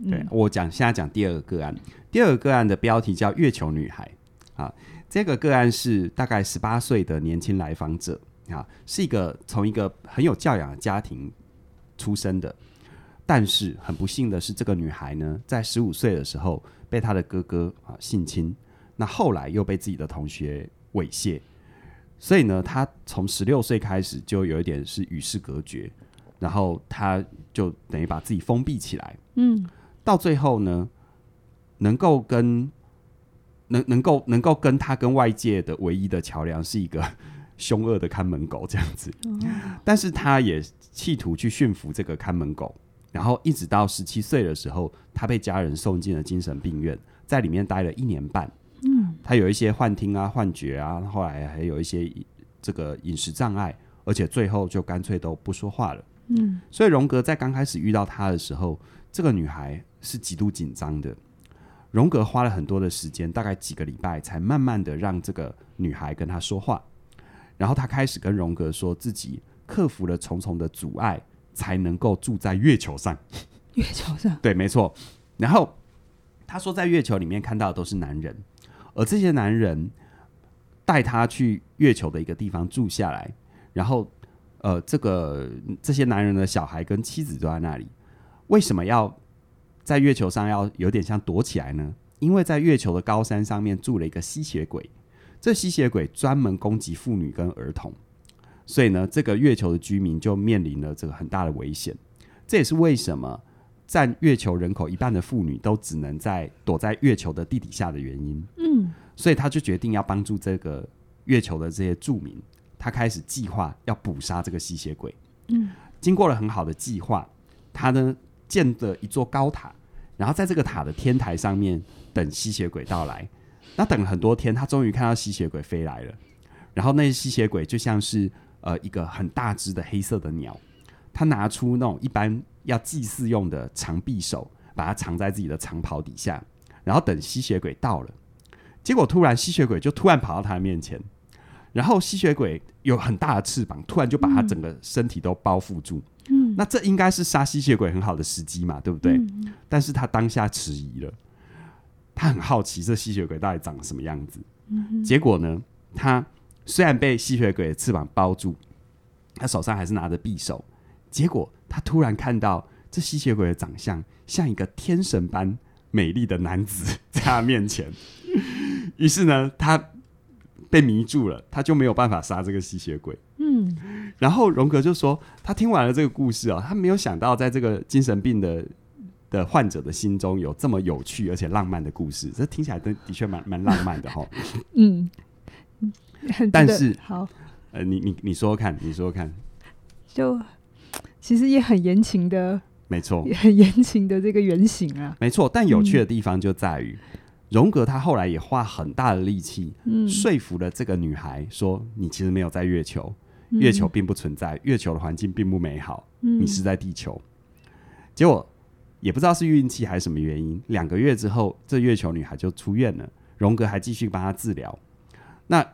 嗯、 对，我讲现在讲第二个个案，第二个个案的标题叫月球女孩啊。这个个案是大概十八岁的年轻来访者啊，是一个从一个很有教养的家庭出生的，但是很不幸的是，这个女孩呢，在十五岁的时候被她的哥哥啊性侵，那后来又被自己的同学猥亵，所以呢，她从十六岁开始就有一点是与世隔绝，然后她就等于把自己封闭起来，嗯，到最后呢，能够跟能能够能够跟她跟外界的唯一的桥梁是一个凶恶的看门狗这样子，哦、但是她也企图去驯服这个看门狗。然后一直到十七岁的时候，他被家人送进了精神病院，在里面待了一年半。嗯，他有一些幻听啊、幻觉啊，后来还有一些这个饮食障碍，而且最后就干脆都不说话了。嗯，所以荣格在刚开始遇到他的时候，这个女孩是极度紧张的。荣格花了很多的时间，大概几个礼拜，才慢慢的让这个女孩跟他说话。然后他开始跟荣格说自己克服了重重的阻碍，才能够住在月球上。 月球上， 对，没错。然后他说，在月球里面看到的都是男人，而这些男人带他去月球的一个地方住下来，然后呃，这个这些男人的小孩跟妻子都在那里。为什么要在月球上要有点像躲起来呢？因为在月球的高山上面住了一个吸血鬼，这吸血鬼专门攻击妇女跟儿童。所以呢，这个月球的居民就面临了这个很大的危险。这也是为什么占月球人口一半的妇女都只能在躲在月球的地底下的原因。嗯，所以他就决定要帮助这个月球的这些住民，他开始计划要捕杀这个吸血鬼。嗯，经过了很好的计划，他呢建了一座高塔，然后在这个塔的天台上面等吸血鬼到来。那等了很多天，他终于看到吸血鬼飞来了。然后那些吸血鬼就像是呃，一个很大只的黑色的鸟，他拿出那种一般要祭祀用的长匕首，把它藏在自己的长袍底下，然后等吸血鬼到了。结果突然吸血鬼就突然跑到他的面前，然后吸血鬼有很大的翅膀，突然就把他整个身体都包覆住。嗯，那这应该是杀吸血鬼很好的时机嘛，对不对？嗯，但是他当下迟疑了，他很好奇这吸血鬼到底长什么样子。嗯，结果呢，他虽然被吸血鬼的翅膀包住，他手上还是拿着匕首。结果他突然看到这吸血鬼的长相像一个天神般美丽的男子在他面前，于是呢，他被迷住了，他就没有办法杀这个吸血鬼。嗯，然后荣格就说，他听完了这个故事哦，他没有想到在这个精神病的的患者的心中有这么有趣而且浪漫的故事，这听起来的的确蛮蛮浪漫的哈。嗯。但是， 好， 呃，你你你说说看，你说说看， 就其实也很言情的， 没错， 也很言情的这个原型啊， 没错。但有趣的地方就在于，嗯、荣格他后来也花很大的力气，嗯，说服了这个女孩说，你其实没有在月球，嗯、月球并不存在，月球的环境并不美好，嗯、你是在地球。结果也不知道是运气还是什么原因，两个月之后，这月球女孩就出院了，荣格还继续帮她治疗。那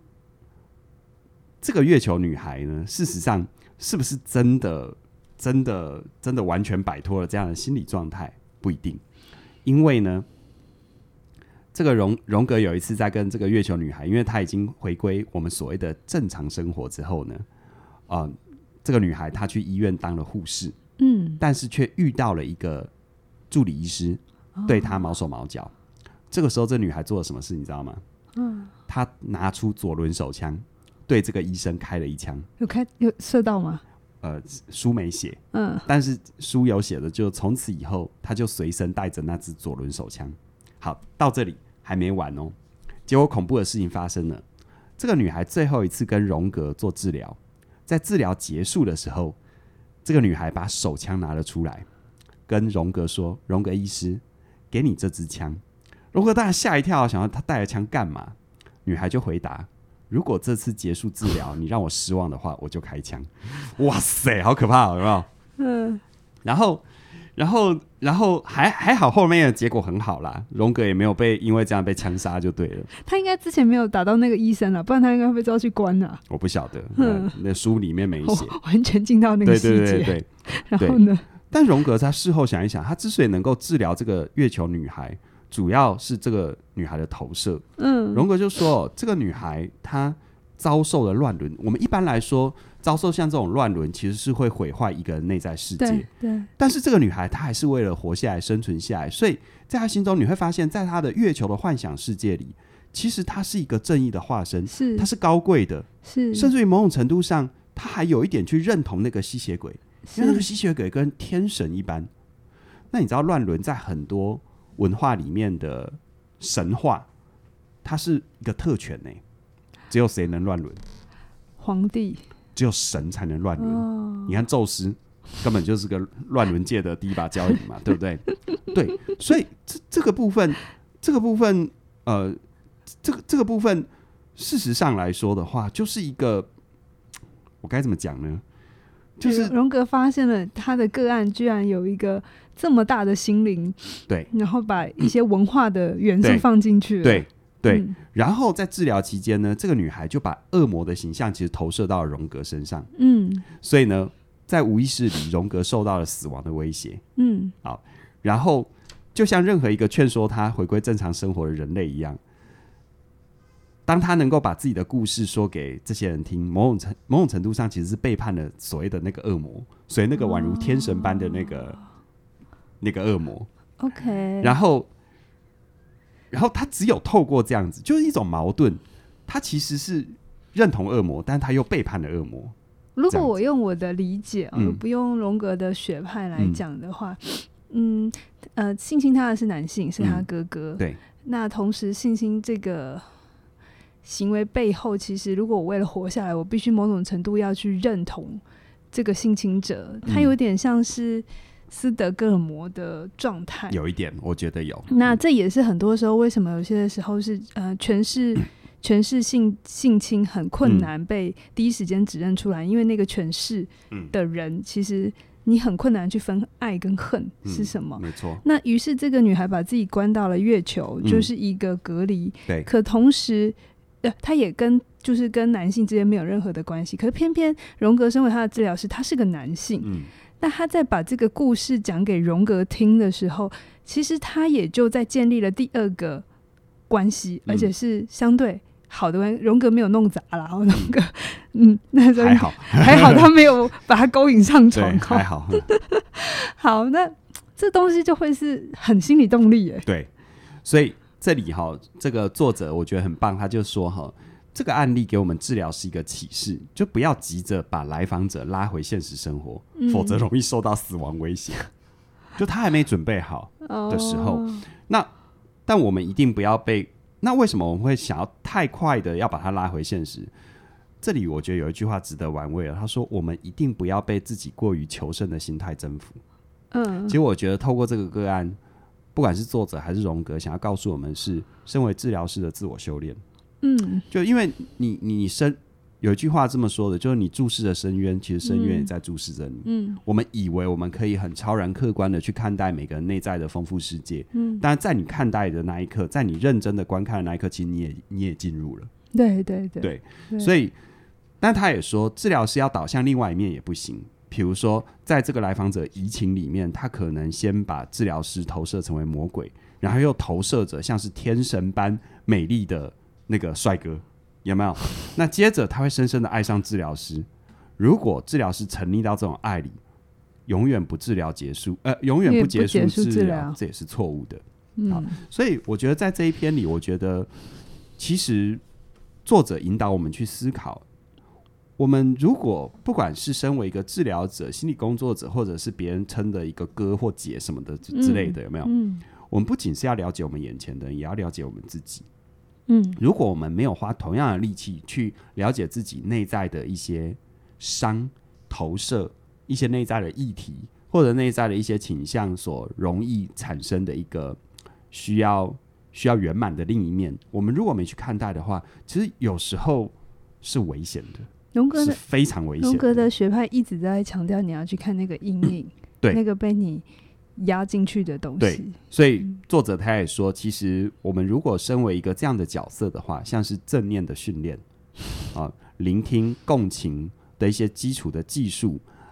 这个月球女孩呢，事实上是不是真的、真的、真的完全摆脱了这样的心理状态？不一定，因为呢，这个荣荣格有一次在跟这个月球女孩，因为她已经回归我们所谓的正常生活之后呢，呃，这个女孩她去医院当了护士，嗯，但是却遇到了一个助理医师，对她毛手毛脚。这个时候，这女孩做了什么事，你知道吗？嗯，她拿出左轮手枪。对这个医生开了一枪， 有开有射到吗？ 呃，书没写，嗯，但是书有写的，就从此以后他就随身带着那支左轮手枪。好，到这里还没完哦，结果恐怖的事情发生了。这个女孩最后一次跟荣格做治疗，在治疗结束的时候，这个女孩把手枪拿了出来，跟荣格说：“荣格医师，给你这支枪。”荣格当然吓一跳，想要他带了枪干嘛？女孩就回答：如果这次结束治疗你让我失望的话，我就开枪。哇塞，好可怕，有没有？嗯。然后，然后，然后还还好，后面的结果很好啦。荣格也没有被因为这样被枪杀就对了。 他应该之前没有打到那个医生啊，不然他应该会被抓去关啊。 我不晓得，那, 那书里面没写， 完全进到那个细节。 对对对对。 然后呢？ 但荣格他事后想一想，他之所以能够治疗这个月球女孩，主要是这个女孩的投射。嗯，荣格就说、哦、这个女孩她遭受了乱伦，我们一般来说遭受像这种乱伦其实是会毁坏一个人内在世界， 对, 对但是这个女孩她还是为了活下来生存下来，所以在她心中你会发现在她的月球的幻想世界里，其实她是一个正义的化身，是她是高贵的，是甚至于某种程度上她还有一点去认同那个吸血鬼，因为那个吸血鬼跟天神一般。那你知道乱伦在很多文化里面的神话它是一个特权、欸、只有谁能乱伦？ 皇帝， 只有神才能乱伦、哦、你看宙斯根本就是个乱伦界的第一把交椅嘛对不对？对，所以 这, 这个部分这个部分呃，这个这个部分事实上来说的话，就是一个我该怎么讲呢？就是荣格发现了他的个案居然有一个这么大的心灵， 对， 然后把一些文化的元素放进去了， 对对、嗯，然后在治疗期间呢，这个女孩就把恶魔的形象其实投射到了荣格身上，嗯，所以呢，在无意识里，荣格受到了死亡的威胁，嗯，好，然后就像任何一个劝说他回归正常生活的人类一样，当他能够把自己的故事说给这些人听，某种程某种程度上其实是背叛了所谓的那个恶魔，所以那个宛如天神般的那个、哦、那个恶魔 ，OK， 然后。然后他只有透过这样子，就是一种矛盾，他其实是认同恶魔，但他又背叛了恶魔。 如果我用我的理解、哦嗯、不用荣格的学派来讲的话，嗯, 嗯呃，性侵他的是男性，是他哥哥、嗯、 对， 那同时性侵这个行为背后，其实如果我为了活下来，我必须某种程度要去认同这个性侵者，他有点像是斯德哥尔摩的状态， 有一点，我觉得有。 那这也是很多时候为什么有些时候是呃诠释诠释性性侵很困难被第一时间指认出来、嗯、因为那个诠释的人、嗯、其实你很困难去分爱跟恨是什么、嗯、 没错。 那于是这个女孩把自己关到了月球、嗯、就是一个隔离， 对， 可同时呃，她也跟就是跟男性之间没有任何的关系，可是偏偏荣格身为他的治疗师，他是个男性，嗯，那他在把这个故事讲给荣格听的时候，其实他也就在建立了第二个关系、嗯、而且是相对好的关系。荣格没有弄砸啦，荣格嗯，那时候还好还好他没有把他勾引上床， 还好好，那这东西就会是很心理动力耶。 对，所以这里哈，这个作者我觉得很棒，他就说哈，这个案例给我们治疗是一个启示，就不要急着把来访者拉回现实生活、嗯、否则容易受到死亡威胁。就他还没准备好的时候、哦、那但我们一定不要被，那为什么我们会想要太快的要把他拉回现实？这里我觉得有一句话值得玩味了，他说我们一定不要被自己过于求胜的心态征服。嗯，其实我觉得透过这个个案，不管是作者还是荣格想要告诉我们是身为治疗师的自我修炼。嗯，就因为你你深有一句话这么说的，就是你注视着深渊，其实深渊也在注视着你。嗯，我们以为我们可以很超然客观的去看待每个人内在的丰富世界，嗯，但在你看待的那一刻，在你认真的观看的那一刻，其实你也你也进入了。 对对 对, 对, 对，所以，但他也说，治疗师要导向另外一面也不行。比如说，在这个来访者移情里面，他可能先把治疗师投射成为魔鬼，然后又投射着像是天神般美丽的那个帅哥，有没有？那接着他会深深的爱上治疗师。如果治疗师沉溺到这种爱里，永远不治疗结束，呃，永远不结束治疗，这也是错误的。嗯，好，所以我觉得在这一篇里，我觉得其实作者引导我们去思考，我们如果不管是身为一个治疗者、心理工作者，或者是别人称的一个哥或姐什么的之类的，有没有？嗯，我们不仅是要了解我们眼前的人，也要了解我们自己。嗯，如果我们没有花同样的力气去了解自己内在的一些伤、投射、一些内在的议题，或者内在的一些倾向所容易产生的一个需要需要圆满的另一面，我们如果没去看待的话，其实有时候是危险的。荣格的是非常危险的。 荣格的学派一直在强调你要去看那个阴影，对，那个被你压进去的东西。 对，所以作者他也说，其实我们如果身为一个这样的角色的话，像是正念的训练啊，聆听、共情的一些基础的技术，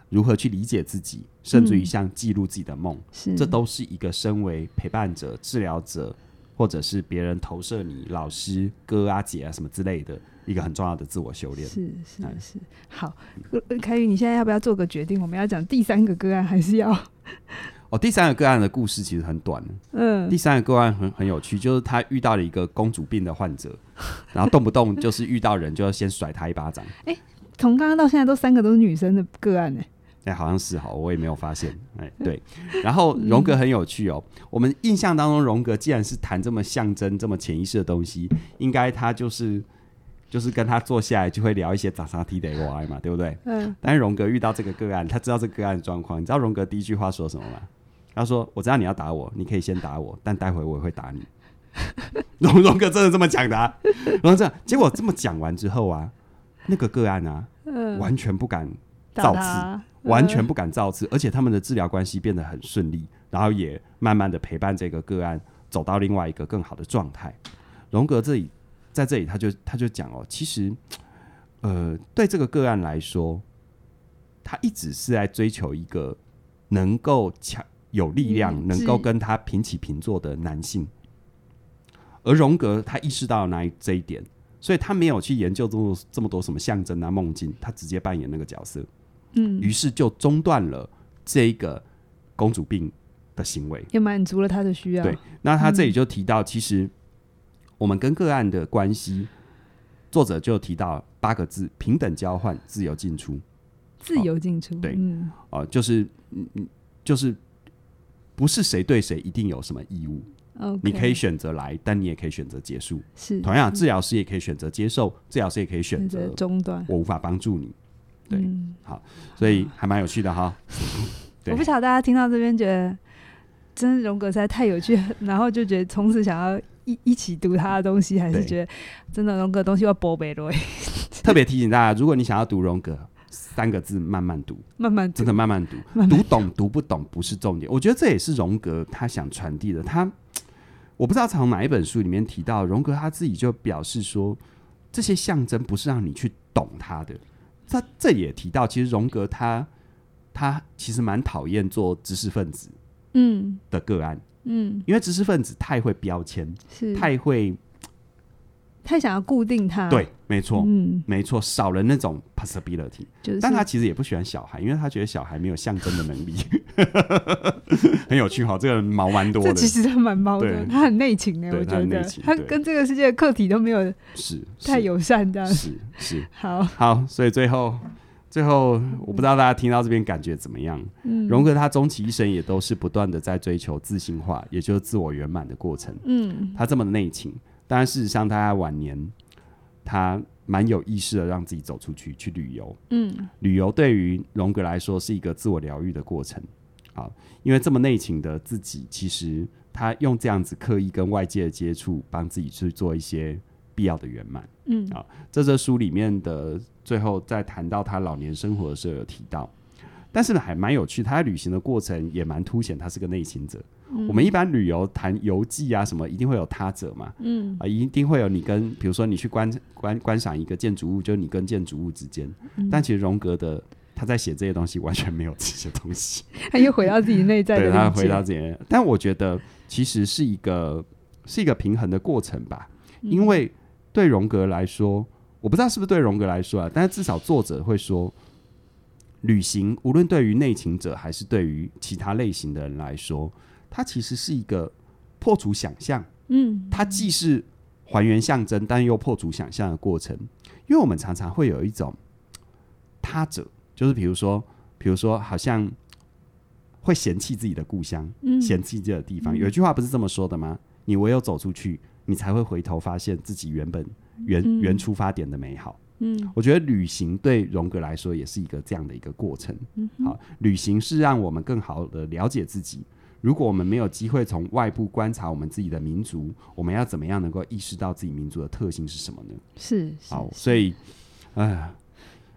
如何去理解自己，甚至于像记录自己的梦、 嗯、 这都是一个身为陪伴者、治疗者，或者是别人投射你老师哥啊姐啊什么之类的一个很重要的自我修炼。 是是是。好，凯宇你现在要不要做个决定，我们要讲第三个个案还是要哦，第三个个案的故事其实很短，嗯，第三个个案 很, 很有趣，就是他遇到了一个公主病的患者，然后动不动就是遇到人就要先甩他一巴掌。哎、欸， 从刚刚到现在都三个都是女生的个案呢、欸。 哎、欸，好像是好，我也没有发现。哎、欸，对。然后荣格很有趣哦，嗯、我们印象当中荣格既然是谈这么象征、这么潜意识的东西，应该他就是就是跟他坐下来就会聊一些杂沙提的话嘛，对不对？嗯。但是荣格遇到这个个案，他知道这个个案的状况，你知道荣格第一句话说什么吗？他说：“我知道你要打我，你可以先打我，但待会我也会打你。”荣荣格真的这么讲的、啊，然后这样，结果这么讲完之后啊，那个个案啊，嗯、完全不敢造次、嗯，完全不敢造次，而且他们的治疗关系变得很顺利，然后也慢慢的陪伴这个个案走到另外一个更好的状态。荣格这里在这里他就他就讲哦，其实呃，对这个个案来说，他一直是在追求一个能够强。有力量能够跟他平起平坐的男性，而荣格他意识到那这一点，所以他没有去研究这么这么多什么象征啊梦境，他直接扮演那个角色，嗯，于是就中断了这一个公主病的行为， 也满足了他的需要。 对，那他这里就提到，其实我们跟个案的关系，作者就提到八个字：平等交换，自由进出。 自由进出， 哦、对，嗯，哦、呃，就是嗯就是。不是谁对谁一定有什么义务， okay. 你可以选择来，但你也可以选择结束。是，同样，治疗师也可以选择接受，治疗师也可以选择中断。 我无法帮助你，对，嗯、好，所以还蛮有趣的哈。 我不晓得大家听到这边觉得，真的荣格实在太有趣，然后就觉得从此想要一一起读他的东西，还是觉得真的荣格的东西要博背了。 特别提醒大家，如果你想要读荣格。三个字慢慢读， 慢慢读， 真的慢慢读，慢慢读懂读不懂不是重点。我觉得这也是荣格他想传递的。他我不知道从哪一本书里面提到，荣格他自己就表示说，这些象征不是让你去懂他的。他这也提到，其实荣格他他其实蛮讨厌做知识分子嗯的个案，嗯，因为知识分子太会标签，是太会。 太想要固定他， 对，没错，嗯，没错，少了那种 possibility，就是，但他其实也不喜欢小孩，因为他觉得小孩没有象征的能力，很有趣哈，这个人毛蛮多的， 这其实他蛮毛的，他很内情的，我觉得他跟这个世界的课题都没有是太友善这样， 是是， 好好，所以最后最后我不知道大家听到这边感觉怎么样？嗯，荣格他终其一生也都是不断的在追求自信化，也就是自我圆满的过程，嗯，他这么内情。当然，事实上，他在晚年，他蛮有意识的让自己走出去去旅游。嗯，旅游对于荣格来说是一个自我疗愈的过程。好，因为这么内情的自己，其实他用这样子刻意跟外界的接触，帮自己去做一些必要的圆满。嗯，好，这这书里面的最后在谈到他老年生活的时候有提到，但是还蛮有趣，他在旅行的过程也蛮凸显他是个内情者。嗯、我们一般旅游谈游记啊什么，一定会有他者嘛，嗯啊，一定会有你跟，比如说你去观观观赏一个建筑物，就是你跟建筑物之间、嗯，但其实荣格的他在写这些东西完全没有这些东西， 他又回到自己内在的， 对，他回到自己，但我觉得其实是一个是一个平衡的过程吧，嗯、因为对荣格来说，我不知道是不是对荣格来说啊，但是至少作者会说，旅行无论对于内情者还是对于其他类型的人来说。它其实是一个破除想象，嗯，它既是还原象征，但又破除想象的过程。因为我们常常会有一种他者，就是比如说，比如说，好像会嫌弃自己的故乡，嗯、嫌弃自己的地方、嗯。有一句话不是这么说的吗？你唯有走出去，你才会回头发现自己原本原、嗯、原出发点的美好。嗯，我觉得旅行对荣格来说也是一个这样的一个过程。嗯，好，旅行是让我们更好的了解自己。如果我们没有机会从外部观察我们自己的民族，我们要怎么样能够意识到自己民族的特性是什么呢？ 是， 好，所以，哎，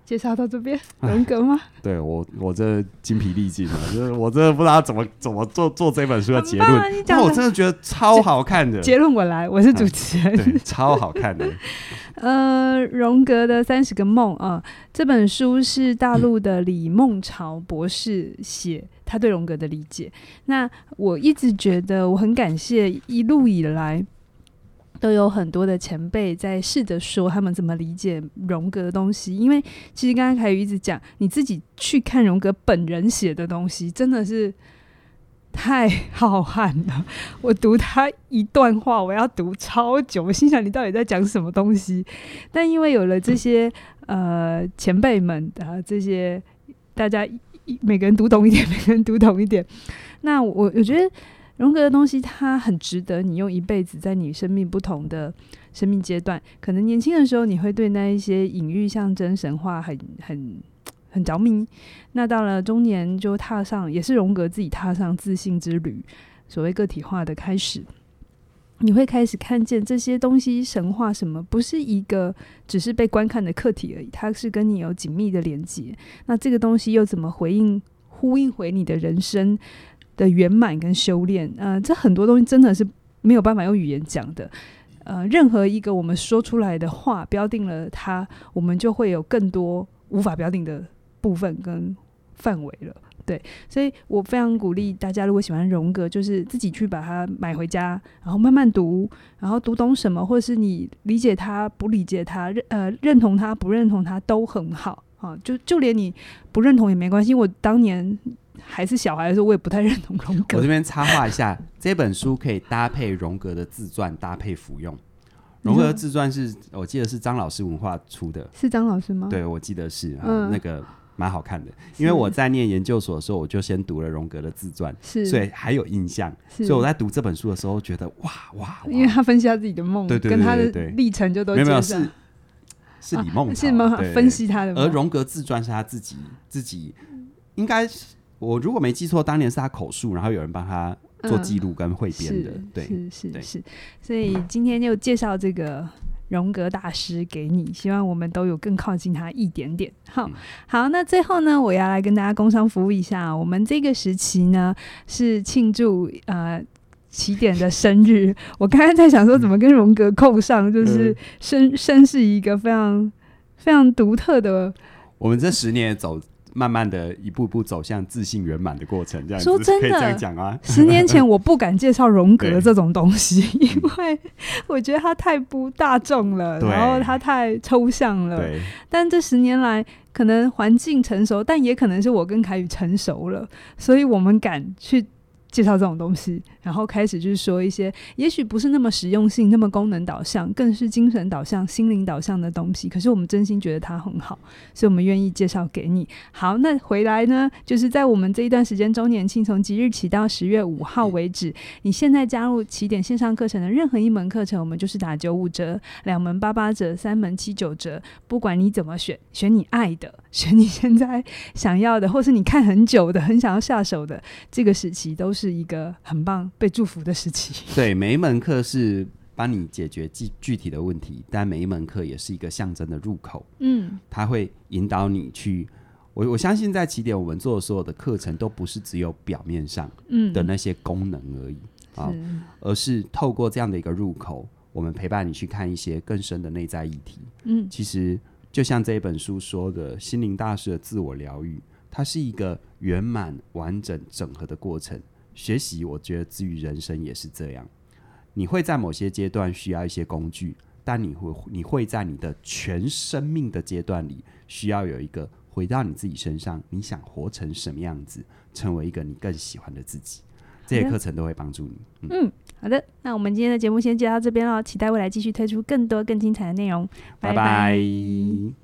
介绍到这边，荣格吗？ 对我，我这精疲力尽了，就是我真的不知道怎么怎么做做这本书的结论。 啊、 但我真的觉得超好看的。 结论我来，我是主持人。 啊、对，超好看的。 呃，荣格的三十个梦啊、呃，这本书是大陆的李梦潮博士写，他对荣格的理解。那我一直觉得我很感谢一路以来。都有很多的前辈在试着说他们怎么理解荣格的东西，因为其实刚刚凯宇一直讲，你自己去看荣格本人写的东西真的是太浩瀚了，我读他一段话我要读超久，我心想你到底在讲什么东西。但因为有了这些呃前辈们啊，这些大家每个人读懂一点，每个人读懂一点，那我我觉得荣格的东西它很值得你用一辈子，在你生命不同的生命阶段，可能年轻的时候你会对那一些隐喻象征神话很很很着迷，那到了中年就踏上，也是荣格自己踏上自信之旅，所谓个体化的开始，你会开始看见这些东西神话什么不是一个只是被观看的课题而已，它是跟你有紧密的连接，那这个东西又怎么回应呼应回你的人生的圆满跟修炼，呃，这很多东西真的是没有办法用语言讲的，呃，任何一个我们说出来的话标定了它，我们就会有更多无法标定的部分跟范围了。对，所以我非常鼓励大家，如果喜欢荣格，就是自己去把它买回家，然后慢慢读，然后读懂什么，或者是你理解它不理解它，呃，认同它不认同它都很好啊，就就连你不认同也没关系。我当年还是小孩的时候，我也不太认同荣格。 我这边插话一下，这本书可以搭配荣格的自传搭配服用。荣格的自传是我记得是张老师文化出的， 是张老师吗？ 对，我记得是、嗯、那个蛮好看的。因为我在念研究所的时候，我就先读了荣格的自传，所以还有印象。所以我在读这本书的时候，觉得哇哇， 因为他分析他自己的梦，跟他的历程就都没有没有是是李梦潮、 啊、是分析他的梦， 而荣格自传是他自己自己应该是。我如果没记错，当年是他口述，然后有人帮他做记录跟汇编的、嗯、对， 是是是。所以今天就介绍这个荣格大师给你，希望我们都有更靠近他一点点。好、嗯、好，那最后呢，我要来跟大家工商服务一下，我们这个时期呢是庆祝呃起点的生日。我刚才在想说怎么跟荣格扣上，就是生生是一个非常非常独特的， 我们这十年走慢慢的一步步走向自信圆满的过程，这样子说真的可以这样讲啊。 十年前我不敢介绍荣格这种东西，因为我觉得他太不大众了，然后他太抽象了。对，但这十年来，可能环境成熟，但也可能是我跟凯宇成熟了，所以我们敢去介绍这种东西，然后开始就是说一些也许不是那么实用性那么功能导向，更是精神导向心灵导向的东西，可是我们真心觉得它很好，所以我们愿意介绍给你。好，那回来呢，就是在我们这一段时间周年庆从即日起到十月五号为止，你现在加入起点线上课程的任何一门课程，我们就是打九五折，两门八八折，三门七九折，不管你怎么选，选你爱的，选你现在想要的，或是你看很久的很想要下手的，这个时期都是是一个很棒被祝福的时期。 对，每一门课是帮你解决具体的问题，但每一门课也是一个象征的入口。嗯，它会引导你去，我我相信在起点我们做的所有的课程都不是只有表面上的那些功能而已、嗯啊、而是透过这样的一个入口，我们陪伴你去看一些更深的内在议题。嗯，其实就像这一本书说的，心灵大师的自我疗愈，它是一个圆满完整整合的过程。学习我觉得至于人生也是这样，你会在某些阶段需要一些工具，但你会你会在你的全生命的阶段里需要有一个回到你自己身上，你想活成什么样子，成为一个你更喜欢的自己，这些课程都会帮助你。 嗯, 嗯好的，那我们今天的节目先接到这边了，期待未来继续推出更多更精彩的内容。 拜拜。